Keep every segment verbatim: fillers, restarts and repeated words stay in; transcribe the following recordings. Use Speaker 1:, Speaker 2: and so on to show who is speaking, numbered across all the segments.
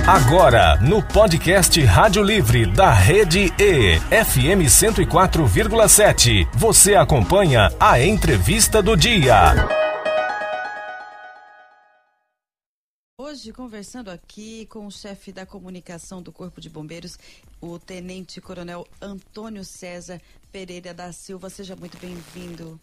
Speaker 1: Agora, no podcast Rádio Livre da Rede E, F M cento e quatro vírgula sete, você acompanha a entrevista do dia.
Speaker 2: Hoje, conversando aqui com o chefe da comunicação do Corpo de Bombeiros, o Tenente Coronel Antônio César Pereira da Silva. Seja muito bem-vindo.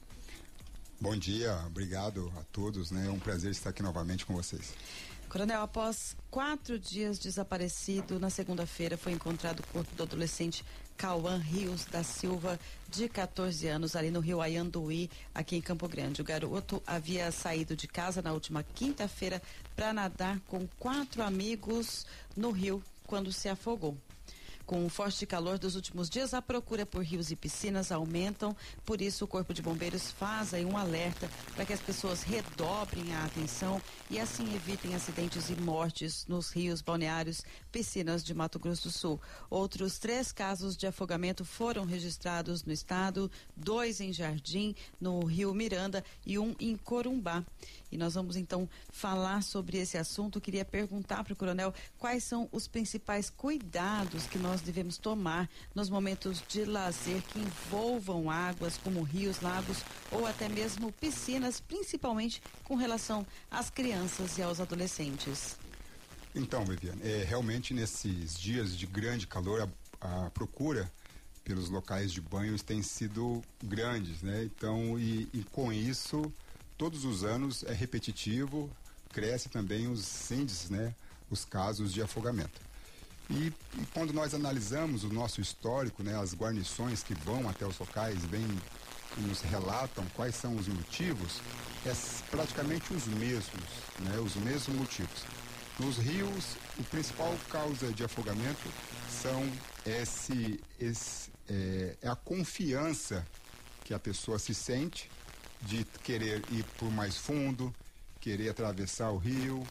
Speaker 3: Bom dia, obrigado a todos, né? É um prazer estar aqui novamente com vocês.
Speaker 2: Coronel, após quatro dias desaparecido, na segunda-feira foi encontrado o corpo do adolescente Cauã Rios da Silva, de catorze anos, ali no rio Ayanduí, aqui em Campo Grande. O garoto havia saído de casa na última quinta-feira para nadar com quatro amigos no rio quando se afogou. Com o forte calor dos últimos dias, a procura por rios e piscinas aumentam, por isso o Corpo de Bombeiros faz aí um alerta para que as pessoas redobrem a atenção e assim evitem acidentes e mortes nos rios, balneários, piscinas de Mato Grosso do Sul. Outros três casos de afogamento foram registrados no estado, dois em Jardim, no rio Miranda e um em Corumbá. E nós vamos então falar sobre esse assunto. Eu queria perguntar para o coronel quais são os principais cuidados que nós devemos tomar nos momentos de lazer que envolvam águas como rios, lagos ou até mesmo piscinas, principalmente com relação às crianças e aos adolescentes.
Speaker 3: Então, Viviane, é, realmente nesses dias de grande calor, a, a procura pelos locais de banhos tem sido grandes, né? Então, e, e com isso, todos os anos é repetitivo, cresce também os índices, né? Os casos de afogamento. E, e quando nós analisamos o nosso histórico, né, as guarnições que vão até os locais, vêm e nos relatam quais são os motivos, é praticamente os mesmos, né, os mesmos motivos. Nos rios, a principal causa de afogamento são esse, esse, é, é a confiança que a pessoa se sente de querer ir por mais fundo, querer atravessar o rio,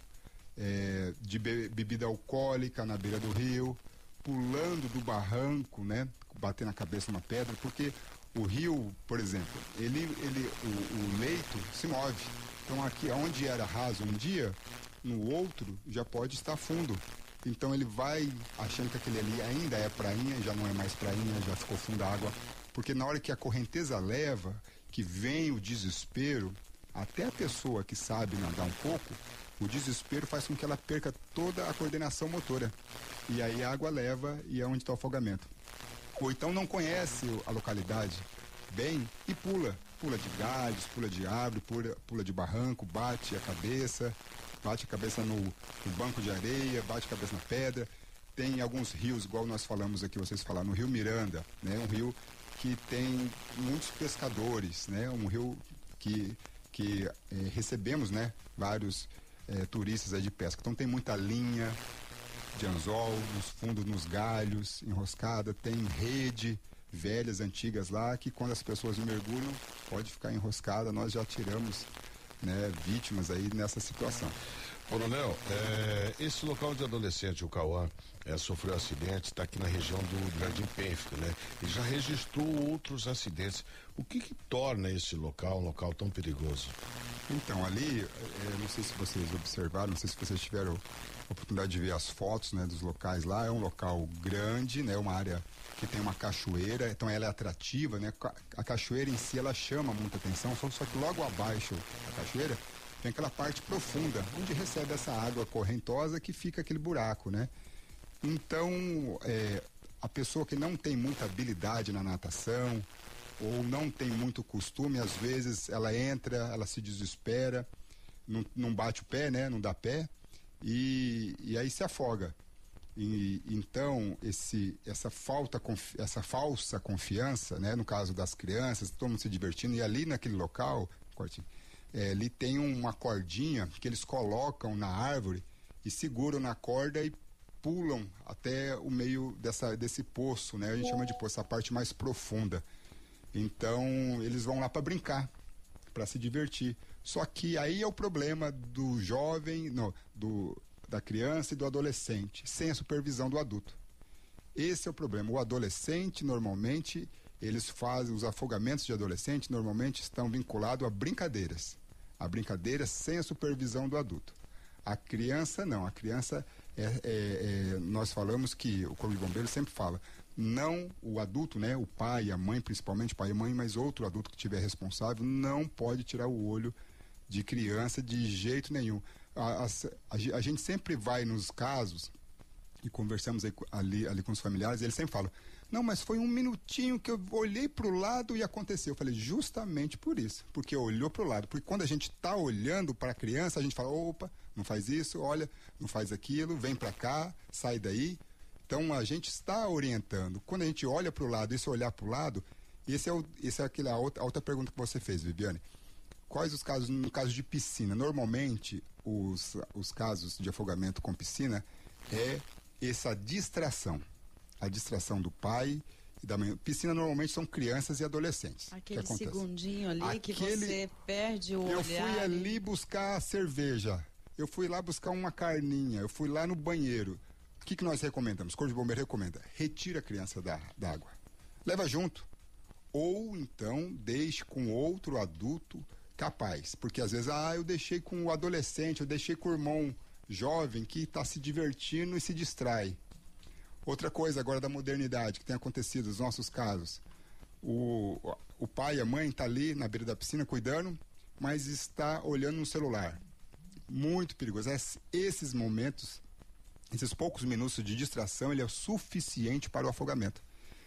Speaker 3: É, de be- bebida alcoólica na beira do rio, pulando do barranco, né, batendo a cabeça numa pedra, porque o rio, por exemplo, ele, ele, o, o leito se move. Então aqui, onde era raso um dia, no outro já pode estar fundo. Então ele vai achando que aquele ali ainda é prainha, já não é mais prainha, já ficou funda a água, porque na hora que a correnteza leva, que vem o desespero, até a pessoa que sabe nadar um pouco, o desespero faz com que ela perca toda a coordenação motora. E aí a água leva e é onde está o afogamento. Ou então não conhece a localidade bem e pula. Pula de galhos, pula de árvore, pula, pula de barranco, bate a cabeça, bate a cabeça no, no banco de areia, bate a cabeça na pedra. Tem alguns rios, igual nós falamos aqui, vocês falaram, no rio Miranda, né? Um rio que tem muitos pescadores, né? Um rio que, que eh, recebemos, né? Vários É, turistas aí de pesca. Então tem muita linha de anzol nos fundos, nos galhos, enroscada, tem rede velhas, antigas lá, que quando as pessoas mergulham, pode ficar enroscada. Nós já tiramos, né, vítimas aí nessa situação.
Speaker 4: Coronel, é, esse local de adolescente, o Cauã, é, sofreu acidente, está aqui na região do Jardim Pênfico, né? E já registrou outros acidentes. O que que torna esse local um local tão perigoso?
Speaker 3: Então, ali, é, não sei se vocês observaram, não sei se vocês tiveram a oportunidade de ver as fotos, né, dos locais lá. É um local grande, né, uma área que tem uma cachoeira, então ela é atrativa, né? A cachoeira em si, ela chama muita atenção, só, só que logo abaixo da cachoeira tem aquela parte profunda, onde recebe essa água correntosa que fica aquele buraco, né? Então, é, a pessoa que não tem muita habilidade na natação, ou não tem muito costume, às vezes ela entra, ela se desespera, não, não bate o pé, né? Não dá pé, e, e aí se afoga. E, então, esse, essa, falta, essa falsa confiança, né? No caso das crianças, todo mundo se divertindo, e ali naquele local, cortinho, É, ali tem uma cordinha que eles colocam na árvore e seguram na corda e pulam até o meio dessa, desse poço, né? A gente chama de poço, a parte mais profunda. Então, eles vão lá para brincar, para se divertir. Só que aí é o problema do jovem, não, do, da criança e do adolescente, sem a supervisão do adulto. Esse é o problema. O adolescente, normalmente, eles fazem, os afogamentos de adolescente, normalmente estão vinculados a brincadeiras. A brincadeira sem a supervisão do adulto. A criança não, a criança, é, é, é, nós falamos que o Corpo de Bombeiros sempre fala, não o adulto, né, o pai, a mãe, principalmente pai e mãe, mas outro adulto que tiver responsável, não pode tirar o olho de criança de jeito nenhum. A, a, a, a gente sempre vai nos casos e conversamos aí, ali, ali com os familiares, eles sempre falam, não, mas foi um minutinho que eu olhei para o lado e aconteceu. Eu falei, justamente por isso, porque olhou para o lado, porque quando a gente está olhando para a criança, a gente fala, opa, não faz isso, olha, não faz aquilo, vem para cá, sai daí. Então a gente está orientando. Quando a gente olha para o lado, esse olhar para o lado, esse é, o, esse é aquela outra, a outra pergunta que você fez, Viviane. Quais os casos, no caso de piscina? Normalmente, os, os casos de afogamento com piscina é essa distração. A distração do pai e da mãe. Piscina normalmente são crianças e adolescentes.
Speaker 2: Aquele segundinho ali Aquele, que você perde o
Speaker 3: eu
Speaker 2: olhar.
Speaker 3: Eu fui ali buscar cerveja, eu fui lá buscar uma carninha, eu fui lá no banheiro. O que, que nós recomendamos? O Corpo de Bombeiro recomenda, retira a criança da, da água. Leva junto. Ou então deixe com outro adulto capaz. Porque às vezes, ah, eu deixei com o adolescente, eu deixei com o irmão jovem que está se divertindo e se distrai. Outra coisa agora da modernidade que tem acontecido nos nossos casos. O, o pai e a mãe estão tá ali na beira da piscina cuidando, mas está olhando no celular. Muito perigoso. Esses momentos, esses poucos minutos de distração, ele é o suficiente para o afogamento.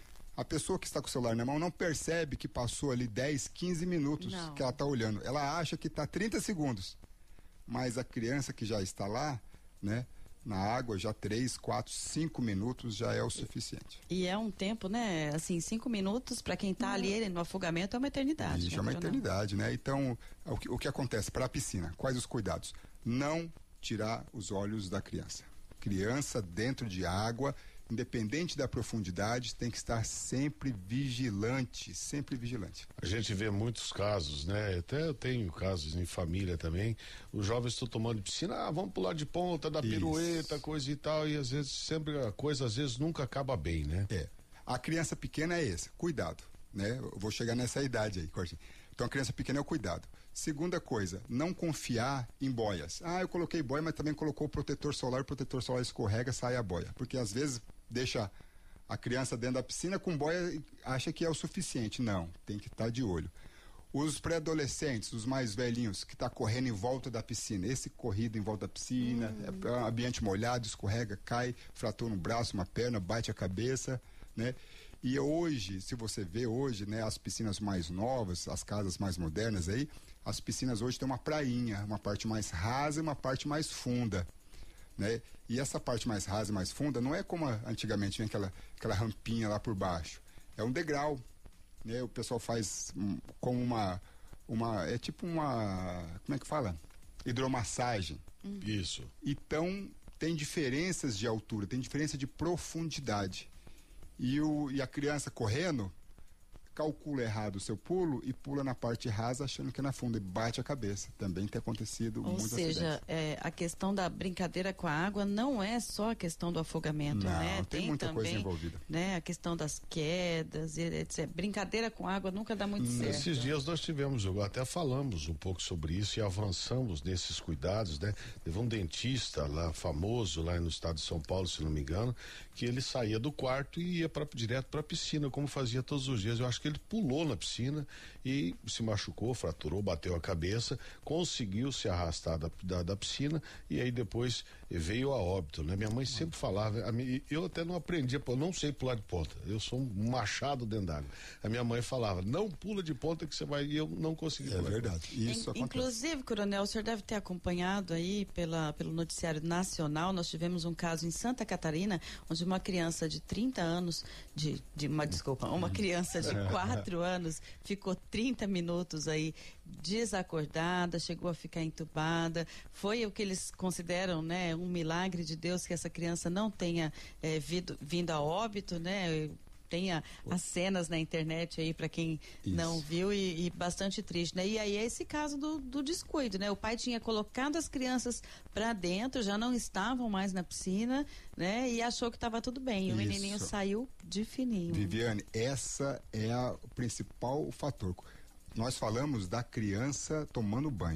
Speaker 3: A pessoa que está com o celular na mão não percebe que passou ali dez, quinze minutos não. que ela está olhando. Ela acha que está trinta segundos. Mas a criança que já está lá, né? Na água, já três, quatro, cinco minutos já é o suficiente.
Speaker 2: E é um tempo, né? Assim, cinco minutos para quem está ali no afogamento é uma eternidade.
Speaker 3: Isso,
Speaker 2: né,
Speaker 3: é uma eternidade, né? Então, o que, o que acontece para a piscina? Quais os cuidados? Não tirar os olhos da criança. Criança dentro de água, independente da profundidade, tem que estar sempre vigilante, sempre vigilante.
Speaker 4: A gente vê muitos casos, né? Até eu tenho casos em família também. Os jovens estão tomando piscina, ah, vamos pular de ponta, dar pirueta, coisa e tal, e às vezes sempre a coisa às vezes nunca acaba bem, né?
Speaker 3: É. A criança pequena é essa, cuidado, né? Eu vou chegar nessa idade aí, Cortinho. Então a criança pequena é o cuidado. Segunda coisa, não confiar em boias. Ah, eu coloquei boia, mas também colocou o protetor solar, o protetor solar escorrega, sai a boia. Porque às vezes deixa a criança dentro da piscina com boia e acha que é o suficiente. Não, tem que estar de olho. Os pré-adolescentes, os mais velhinhos, que estão tá correndo em volta da piscina. Esse corrido em volta da piscina, hum. é ambiente molhado, escorrega, cai, fratura um braço, uma perna, bate a cabeça, né? E hoje, se você vê hoje, né, as piscinas mais novas, as casas mais modernas aí, as piscinas hoje têm uma prainha, uma parte mais rasa e uma parte mais funda, né? E essa parte mais rasa e mais funda não é como antigamente tinha aquela, aquela rampinha lá por baixo. É um degrau, né? O pessoal faz um, como uma, uma, é tipo uma, como é que fala? Hidromassagem.
Speaker 4: Hum. Isso.
Speaker 3: Então, tem diferenças de altura, tem diferença de profundidade. E, o, e a criança correndo, calcula errado o seu pulo e pula na parte rasa achando que é na funda e bate a cabeça. Também tem acontecido
Speaker 2: Ou
Speaker 3: muitos
Speaker 2: seja, é, a questão da brincadeira com a água não é só a questão do afogamento,
Speaker 3: não,
Speaker 2: né?
Speaker 3: Tem, tem muita
Speaker 2: também,
Speaker 3: coisa envolvida.
Speaker 2: Né, a questão das quedas, etcétera. Brincadeira com água nunca dá muito
Speaker 4: hum,
Speaker 2: certo.
Speaker 4: Esses dias nós tivemos, até falamos um pouco sobre isso e avançamos nesses cuidados, né? Teve um dentista lá, famoso, lá no estado de São Paulo, se não me engano, que ele saía do quarto e ia pra, direto para a piscina, como fazia todos os dias. Eu acho que ele pulou na piscina e se machucou, fraturou, bateu a cabeça, conseguiu se arrastar da, da, da piscina e aí depois veio a óbito, né? Minha mãe sempre falava, a minha, eu até não aprendi, eu não sei pular de ponta, eu sou um machado dentro d'água. A minha mãe falava, não pula de ponta que você vai, e eu não consegui pular.
Speaker 3: É verdade, isso
Speaker 2: In, Inclusive, coronel, o senhor deve ter acompanhado aí pela, pelo noticiário nacional, nós tivemos um caso em Santa Catarina, onde uma criança de trinta anos, de, de uma, desculpa, uma criança de quatro anos ficou trinta minutos aí desacordada, chegou a ficar entubada. Foi o que eles consideram, né, um milagre de Deus que essa criança não tenha é, vindo, vindo a óbito, né? Tem a, as cenas na internet aí para quem Isso. não viu e, e bastante triste, né? E aí é esse caso do, do descuido, né? O pai tinha colocado as crianças para dentro, já não estavam mais na piscina, né? E achou que estava tudo bem. E o menininho saiu de fininho.
Speaker 3: Viviane, essa é a, o principal fator. Nós falamos da criança tomando banho.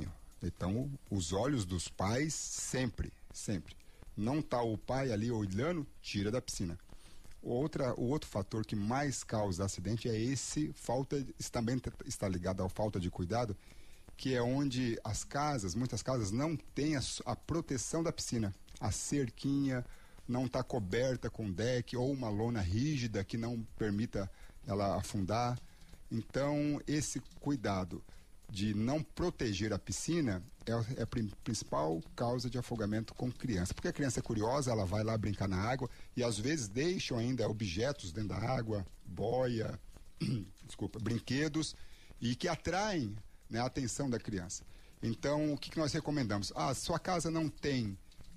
Speaker 3: Então, os olhos dos pais sempre, sempre. Não está o pai ali olhando, tira da piscina. Outra, o outro fator que mais causa acidente é esse, falta, também está ligado à falta de cuidado, que é onde as casas, muitas casas não têm a, a proteção da piscina. A cerquinha não está coberta com deck ou uma lona rígida que não permita ela afundar. Então, esse cuidado de não proteger a piscina é, é a principal causa de afogamento com criança. Porque a criança é curiosa, ela vai lá brincar na água e às vezes deixam ainda objetos dentro da água, boia, desculpa, brinquedos, e que atraem, né, a atenção da criança. Então, o que, que nós recomendamos? Ah, sua casa não tem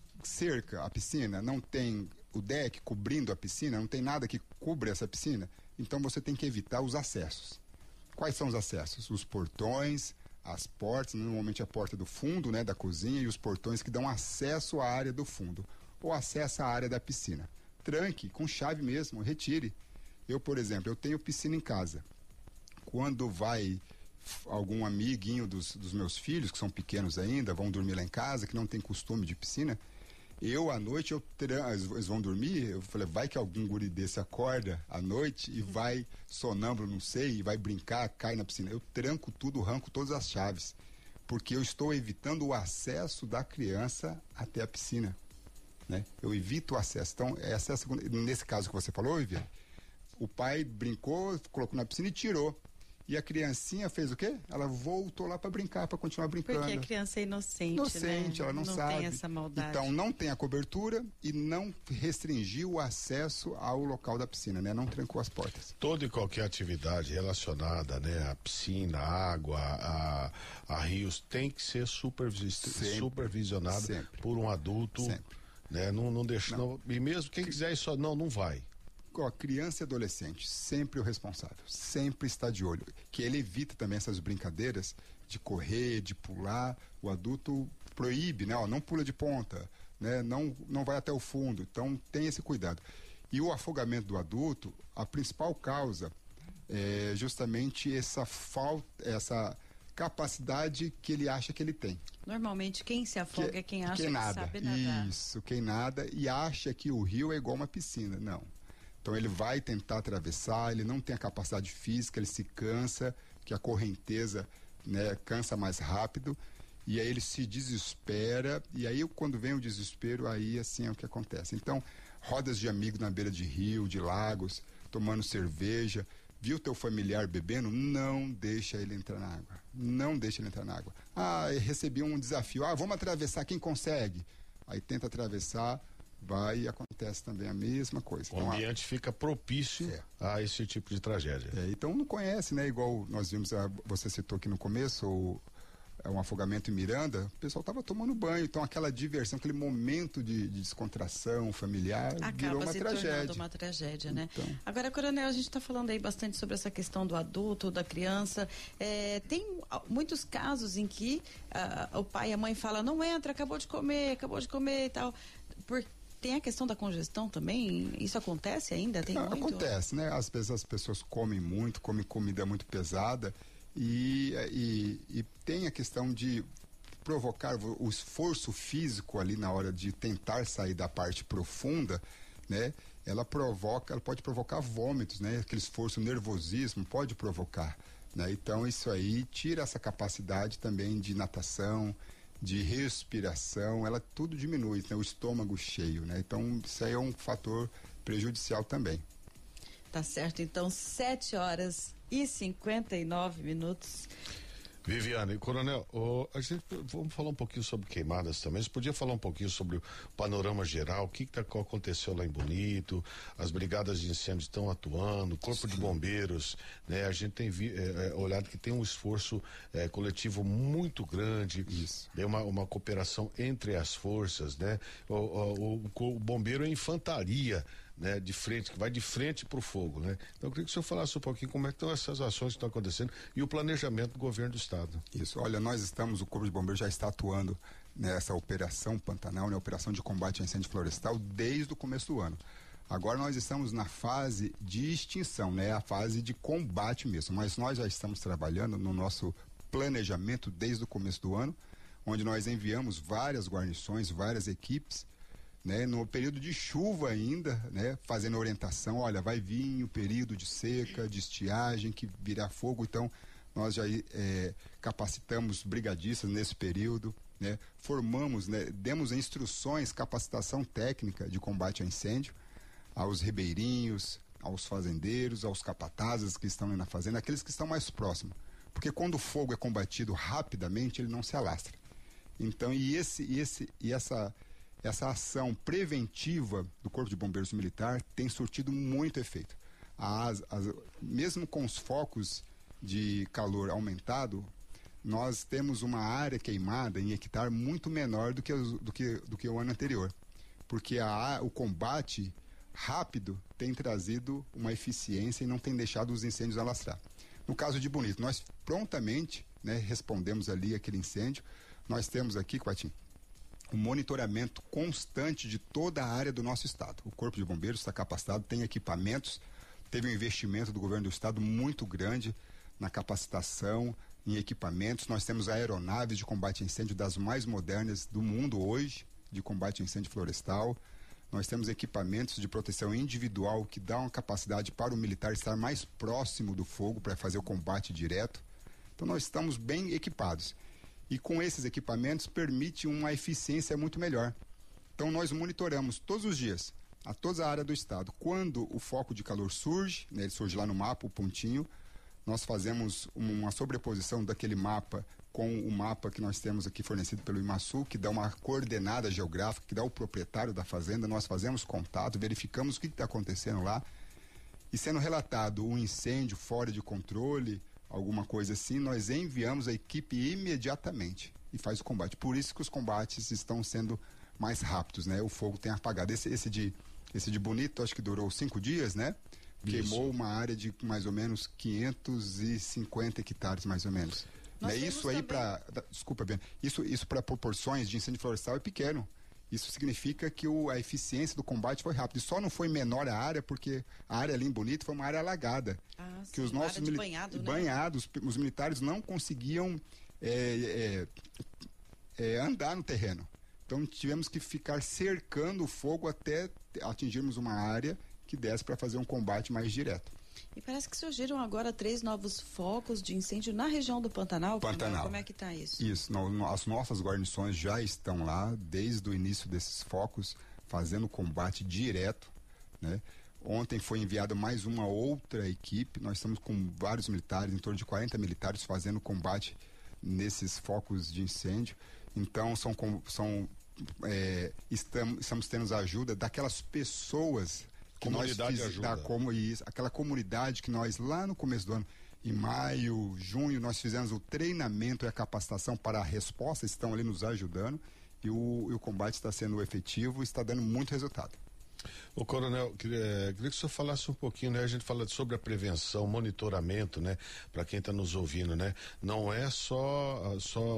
Speaker 3: cerca a piscina, não tem o deck cobrindo a piscina, não tem nada que cubra essa piscina, então você tem que evitar os acessos. Quais são os acessos? Os portões, as portas, normalmente a porta do fundo, né, da cozinha, e os portões que dão acesso à área do fundo, ou acesso à área da piscina. Tranque, com chave mesmo, retire. Eu, por exemplo, eu tenho piscina em casa. Quando vai algum amiguinho dos, dos meus filhos, que são pequenos ainda, vão dormir lá em casa, que não tem costume de piscina, eu, à noite, eu tra... eles vão dormir, eu falei, vai que algum guri desse acorda à noite e vai sonâmbulo, não sei, e vai brincar, cai na piscina. Eu tranco tudo, arranco todas as chaves, porque eu estou evitando o acesso da criança até a piscina, né? Eu evito o acesso. Então, essa é a segunda... nesse caso que você falou, Viviane, o pai brincou, colocou na piscina e tirou. E a criancinha fez o quê? Ela voltou lá para brincar, para continuar brincando.
Speaker 2: Porque a criança é inocente,
Speaker 3: Inocente,
Speaker 2: né?
Speaker 3: ela não,
Speaker 2: não
Speaker 3: sabe.
Speaker 2: Não tem essa maldade.
Speaker 3: Então, não tem a cobertura e não restringiu o acesso ao local da piscina, né? Não trancou as portas.
Speaker 4: Toda e qualquer atividade relacionada, né? A piscina, a água, a, a rios, tem que ser supervis,
Speaker 3: sempre,
Speaker 4: supervisionada
Speaker 3: sempre.
Speaker 4: por um adulto.
Speaker 3: Sempre.
Speaker 4: Né? Não, não deixa,
Speaker 3: não.
Speaker 4: Não, e mesmo quem quiser isso, não, não vai.
Speaker 3: Ó, criança e adolescente, sempre o responsável, sempre está de olho, que ele evita também essas brincadeiras de correr, de pular. O adulto proíbe, né? Ó, não pula de ponta, né? Não, não vai até o fundo, então tem esse cuidado. E o afogamento do adulto, a principal causa é justamente essa falta, essa capacidade que ele acha que ele tem.
Speaker 2: Normalmente quem se afoga que, é quem acha
Speaker 3: que,
Speaker 2: que
Speaker 3: nada.
Speaker 2: sabe nadar.
Speaker 3: Isso, quem nada e acha que o rio é igual uma piscina, não. Então ele vai tentar atravessar, ele não tem a capacidade física, ele se cansa, que a correnteza, né, cansa mais rápido, e aí ele se desespera, e aí quando vem o desespero, aí assim é o que acontece. Então, rodas de amigos na beira de rio, de lagos, tomando cerveja, viu teu familiar bebendo? Não deixa ele entrar na água, não deixa ele entrar na água. Ah, eu recebi um desafio, ah, vamos atravessar, quem consegue? Aí tenta atravessar, vai e acontece também a mesma coisa.
Speaker 4: O
Speaker 3: então,
Speaker 4: ambiente a... fica propício é. a esse tipo de tragédia.
Speaker 3: É, então não conhece, né? Igual nós vimos, a, você citou aqui no começo, o, é um afogamento em Miranda, o pessoal estava tomando banho, então aquela diversão, aquele momento de, de descontração familiar
Speaker 2: acaba
Speaker 3: virou uma
Speaker 2: se
Speaker 3: tragédia.
Speaker 2: tornando uma tragédia, né?
Speaker 3: Então...
Speaker 2: Agora, Coronel, a gente está falando aí bastante sobre essa questão do adulto, da criança. É, tem muitos casos em que uh, o pai e a mãe falam, não entra, acabou de comer, acabou de comer e tal. Porque tem a questão da congestão também? Isso acontece ainda? Tem
Speaker 3: Não,
Speaker 2: muito?
Speaker 3: Acontece, né? Às vezes as pessoas comem muito, comem comida muito pesada e, e, e tem a questão de provocar o esforço físico ali na hora de tentar sair da parte profunda, né? Ela provoca, ela pode provocar vômitos, né? Aquele esforço, nervosismo pode provocar, né? Então isso aí tira essa capacidade também de natação, de respiração, ela tudo diminui, né? O estômago cheio, né? Então isso aí é um fator prejudicial também.
Speaker 2: Tá certo, então sete horas e cinquenta e nove minutos.
Speaker 4: Viviane, Coronel, oh, a gente, vamos falar um pouquinho sobre queimadas também. Você podia falar um pouquinho sobre o panorama geral, o que, que tá, aconteceu lá em Bonito, as brigadas de incêndio estão atuando, o Corpo Sim. de Bombeiros, né? A gente tem vi, é, olhado que tem um esforço é, coletivo muito grande,
Speaker 3: Isso.
Speaker 4: É uma, uma cooperação entre as forças, né? O, o, o, o bombeiro é infantaria, né, de frente, que vai de frente para o fogo, né? Então eu queria que o senhor falasse um pouquinho como é que estão essas ações que estão acontecendo e o planejamento do governo do estado.
Speaker 3: Isso, olha, nós estamos, o Corpo de Bombeiros já está atuando nessa operação Pantanal, né, operação de combate a incêndio florestal desde o começo do ano. Agora nós estamos na fase de extinção, né, a fase de combate mesmo, mas nós já estamos trabalhando no nosso planejamento desde o começo do ano, onde nós enviamos várias guarnições, várias equipes, né, no período de chuva ainda, né, fazendo orientação, olha, vai vir o período de seca, de estiagem, que virá fogo, então nós já é, capacitamos brigadistas nesse período, né, formamos, né, demos instruções, capacitação técnica de combate a incêndio aos ribeirinhos, aos fazendeiros, aos capatazes que estão na fazenda, aqueles que estão mais próximos, porque quando o fogo é combatido rapidamente, ele não se alastra. Então, e esse, e esse, e essa Essa ação preventiva do Corpo de Bombeiros Militar tem surtido muito efeito. As, as, mesmo com os focos de calor aumentado, nós temos uma área queimada em hectare muito menor do que, do que, do que o ano anterior. Porque a, o combate rápido tem trazido uma eficiência e não tem deixado os incêndios alastrar. No caso de Bonito, nós prontamente, né, respondemos ali aquele incêndio. Nós temos aqui, Quatim, o monitoramento constante de toda a área do nosso estado. O Corpo de Bombeiros está capacitado, tem equipamentos, teve um investimento do governo do estado muito grande na capacitação, em equipamentos. Nós temos aeronaves de combate a incêndio das mais modernas do mundo hoje, de combate a incêndio florestal. Nós temos equipamentos de proteção individual que dão uma capacidade para o militar estar mais próximo do fogo para fazer o combate direto. Então nós estamos bem equipados. E com esses equipamentos permite uma eficiência muito melhor. Então nós monitoramos todos os dias, a toda a área do estado. Quando o foco de calor surge, né, ele surge lá no mapa, o pontinho, nós fazemos uma sobreposição daquele mapa com o mapa que nós temos aqui fornecido pelo IMASU, que dá uma coordenada geográfica, que dá o proprietário da fazenda. Nós fazemos contato, verificamos o que está acontecendo lá. E sendo relatado um incêndio fora de controle, alguma coisa assim, nós enviamos a equipe imediatamente e faz o combate. Por isso que os combates estão sendo mais rápidos, né? O fogo tem apagado. Esse, esse, de, esse de Bonito, acho que durou cinco dias, né? Queimou isso. Uma área de mais ou menos quinhentos e cinquenta hectares, mais ou menos. Né? Isso aí para, desculpa, Ben, isso, isso para proporções de incêndio florestal é pequeno. Isso significa que o, a eficiência do combate foi rápida. E só não foi menor a área, porque a área ali em Bonito foi uma área alagada. Ah, que sim, os nossos mili- banhado, né? banhados, os militares não conseguiam é, é, é, andar no terreno. Então tivemos que ficar cercando o fogo até atingirmos uma área que desse para fazer um combate mais direto.
Speaker 2: E parece que surgiram agora três novos focos de incêndio na região do Pantanal.
Speaker 3: Pantanal.
Speaker 2: Como é que está isso?
Speaker 3: Isso, no, as nossas guarnições já estão lá desde o início desses focos, fazendo combate direto, né? Ontem foi enviada mais uma outra equipe, nós estamos com vários militares, em torno de quarenta militares fazendo combate nesses focos de incêndio. Então são, são é, estamos, estamos tendo a ajuda daquelas pessoas que
Speaker 4: comunidade
Speaker 3: nós
Speaker 4: ajuda.
Speaker 3: Da, como isso, aquela comunidade que nós lá no começo do ano, em maio, junho, nós fizemos o treinamento e a capacitação para a resposta, estão ali nos ajudando e o, e o combate está sendo efetivo e está dando muito resultado.
Speaker 4: Ô Coronel, queria, queria que o senhor falasse um pouquinho, né? A gente fala sobre a prevenção, monitoramento, né? Para quem está nos ouvindo, né? Não é só, só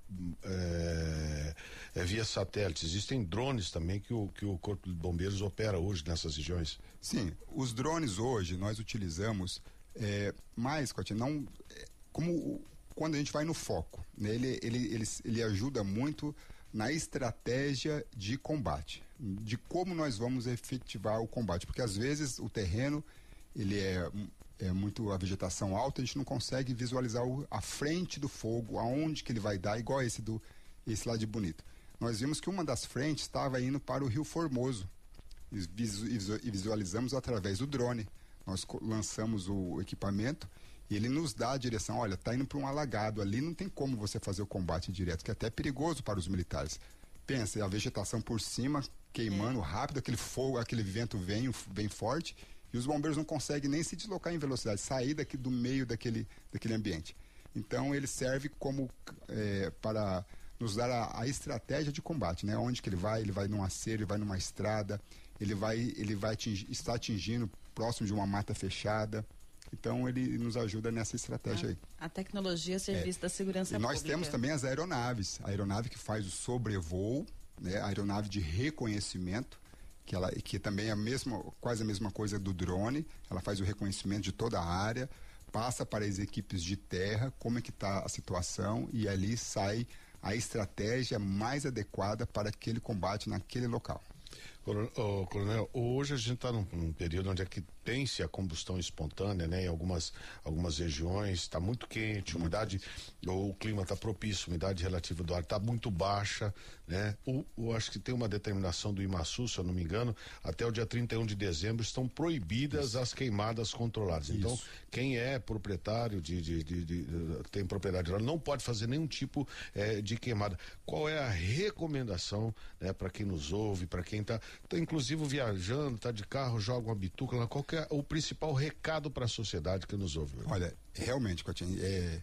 Speaker 4: é, é via satélite, existem drones também que o, que o Corpo de Bombeiros opera hoje nessas regiões.
Speaker 3: Sim, os drones hoje nós utilizamos é, mais, Cotinho, não, é, como quando a gente vai no foco, né? Ele, ele, ele, ele ajuda muito na estratégia de combate, de como nós vamos efetivar o combate, porque às vezes o terreno, ele é, é muito a vegetação alta, a gente não consegue visualizar o, a frente do fogo, aonde que ele vai dar, igual esse do esse lá de Bonito. Nós vimos que uma das frentes estava indo para o Rio Formoso, e visualizamos através do drone. Nós lançamos o equipamento e ele nos dá a direção, olha, tá indo para um alagado, ali não tem como você fazer o combate direto, que é até perigoso para os militares. Pensa, a vegetação por cima, queimando é. rápido, aquele fogo, aquele vento vem, vem forte, e os bombeiros não conseguem nem se deslocar em velocidade, sair daqui do meio daquele, daquele ambiente. Então ele serve como é, para nos dar a, a estratégia de combate, né? Onde que ele vai, ele vai num aceiro, ele vai numa estrada, ele vai, ele vai atingir, está atingindo próximo de uma mata fechada. Então ele nos ajuda nessa estratégia
Speaker 2: a,
Speaker 3: aí.
Speaker 2: A tecnologia a serviço é. da segurança
Speaker 3: e nós
Speaker 2: pública.
Speaker 3: temos também as aeronaves, a aeronave que faz o sobrevoo, né? A aeronave de reconhecimento, que ela que também é a mesma, quase a mesma coisa do drone, ela faz o reconhecimento de toda a área, passa para as equipes de terra, como é que está a situação, e ali sai a estratégia mais adequada para aquele combate naquele local.
Speaker 4: Coronel, hoje a gente está num, num período onde é que tem-se a combustão espontânea, né? Em algumas, algumas regiões está muito quente, a umidade, ou o clima está propício, a umidade relativa do ar está muito baixa, né? O, o, acho que tem uma determinação do IMASU, se eu não me engano, até o dia trinta e um de dezembro estão proibidas Isso. as queimadas controladas. Isso. Então, quem é proprietário de, de, de, de, de tem propriedade rural não pode fazer nenhum tipo eh, de queimada. Qual é a recomendação, né, para quem nos ouve, para quem está tá, inclusive viajando, está de carro, joga uma bituca lá, qual que é o principal recado para a sociedade que nos ouve?
Speaker 3: Olha, realmente, Coutinho, é,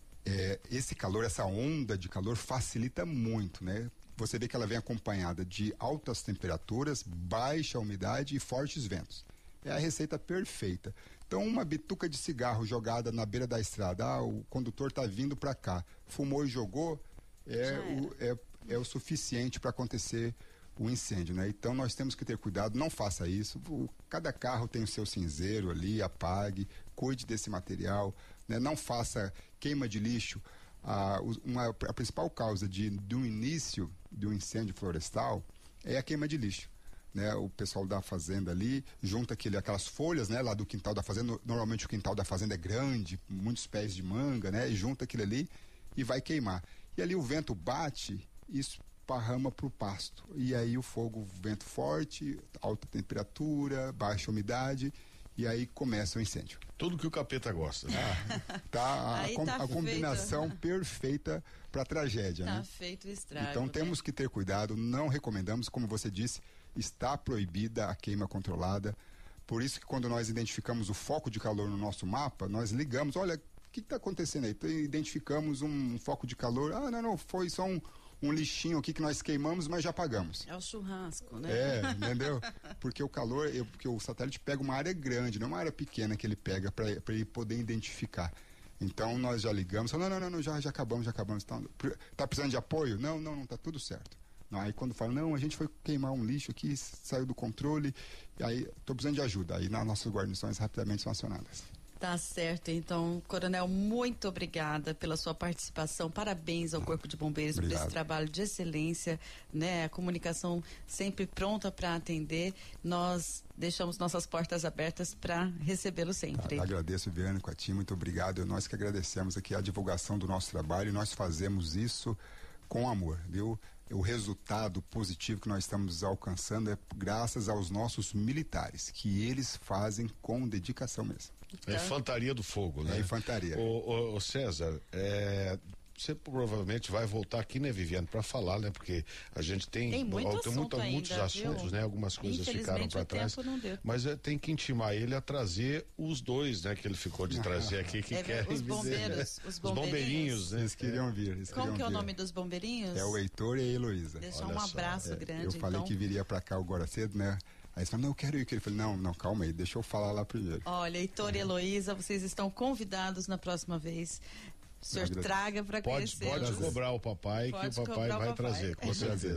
Speaker 3: é, esse calor, essa onda de calor facilita muito, né? Você vê que ela vem acompanhada de altas temperaturas, baixa umidade e fortes ventos. É a receita perfeita. Então, uma bituca de cigarro jogada na beira da estrada, ah, o condutor está vindo para cá, fumou e jogou, é, o, é, é o suficiente para acontecer o incêndio, né? Então nós temos que ter cuidado, não faça isso. O, cada carro tem o seu cinzeiro ali, apague, cuide desse material, né? Não faça queima de lixo. A, uma, a principal causa de, do início do incêndio florestal é a queima de lixo, né? O pessoal da fazenda ali junta aquele, aquelas folhas, né, lá do quintal da fazenda. Normalmente o quintal da fazenda é grande, muitos pés de manga, né? E junta aquilo ali e vai queimar. E ali o vento bate, isso esparrama para o pasto. E aí o fogo, vento forte, alta temperatura, baixa umidade, e aí começa o incêndio.
Speaker 4: Tudo que o capeta gosta, né?
Speaker 3: Ah, tá a, com, tá a combinação perfeita para a tragédia,
Speaker 2: tá
Speaker 3: né?
Speaker 2: feito o estrago.
Speaker 3: Então
Speaker 2: né?
Speaker 3: temos que ter cuidado, não recomendamos, como você disse, está proibida a queima controlada. Por isso que quando nós identificamos o foco de calor no nosso mapa, nós ligamos, olha, o que está acontecendo aí? Então, identificamos um foco de calor, ah, não, não, foi só um um lixinho aqui que nós queimamos, mas já apagamos.
Speaker 2: É o churrasco, né?
Speaker 3: É, entendeu? Porque o calor, eu, porque o satélite pega uma área grande, não uma área pequena que ele pega para ele poder identificar. Então nós já ligamos, não, não, não, não já, já acabamos, já acabamos. Tá, tá precisando de apoio? Não, não, não, tá tudo certo. Não, aí quando fala, não, a gente foi queimar um lixo aqui, saiu do controle, e aí tô precisando de ajuda. Aí nas nossas guarnições rapidamente são acionadas.
Speaker 2: Tá certo, então, Coronel, muito obrigada pela sua participação, parabéns ao Corpo de Bombeiros
Speaker 3: Obrigado.
Speaker 2: por esse trabalho de excelência, né? A comunicação sempre pronta para atender, nós deixamos nossas portas abertas para recebê-lo sempre.
Speaker 3: Tá, agradeço, Viviane, Coutinho, muito obrigado, nós que agradecemos aqui a divulgação do nosso trabalho, e nós fazemos isso com amor, viu? O resultado positivo que nós estamos alcançando é graças aos nossos militares, que eles fazem com dedicação mesmo.
Speaker 4: É infantaria do fogo, né?
Speaker 3: É infantaria.
Speaker 4: Ô, ô, ô César, é, você provavelmente vai voltar aqui, né, Viviane, para falar, né? Porque a gente tem,
Speaker 2: tem, muito
Speaker 4: tem
Speaker 2: assunto
Speaker 4: muita,
Speaker 2: ainda,
Speaker 4: muitos assuntos,
Speaker 2: viu?
Speaker 4: né? Algumas coisas ficaram para trás. Mas é, tem que intimar ele a trazer os dois, né? Que ele ficou de trazer aqui, que
Speaker 2: é,
Speaker 4: querem
Speaker 2: os bombeiros,
Speaker 4: dizer,
Speaker 2: os
Speaker 4: bombeirinhos. Os bombeirinhos, né?
Speaker 3: Eles queriam vir. Eles
Speaker 2: Qual
Speaker 3: queriam
Speaker 2: que é o
Speaker 3: vir.
Speaker 2: nome dos bombeirinhos?
Speaker 3: É o Heitor e a Heloísa.
Speaker 2: Deixar
Speaker 4: Olha
Speaker 2: um
Speaker 4: só,
Speaker 2: abraço
Speaker 3: é,
Speaker 2: grande,
Speaker 3: eu falei
Speaker 2: então.
Speaker 3: que viria para cá agora cedo, né? Aí eles falaram, não, eu quero ir. Ele falou, não, não, calma aí, deixa eu falar lá primeiro.
Speaker 2: Olha, Heitor e Heloísa, vocês estão convidados na próxima vez. O senhor traga para conhecer.
Speaker 4: Pode cobrar o papai,
Speaker 2: pode
Speaker 4: que o papai vai
Speaker 2: o papai.
Speaker 4: trazer, com certeza.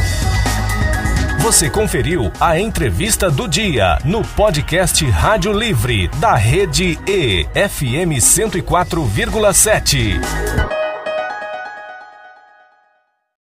Speaker 1: Você conferiu a entrevista do dia no podcast Rádio Livre da Rede E, F M cento e quatro vírgula sete.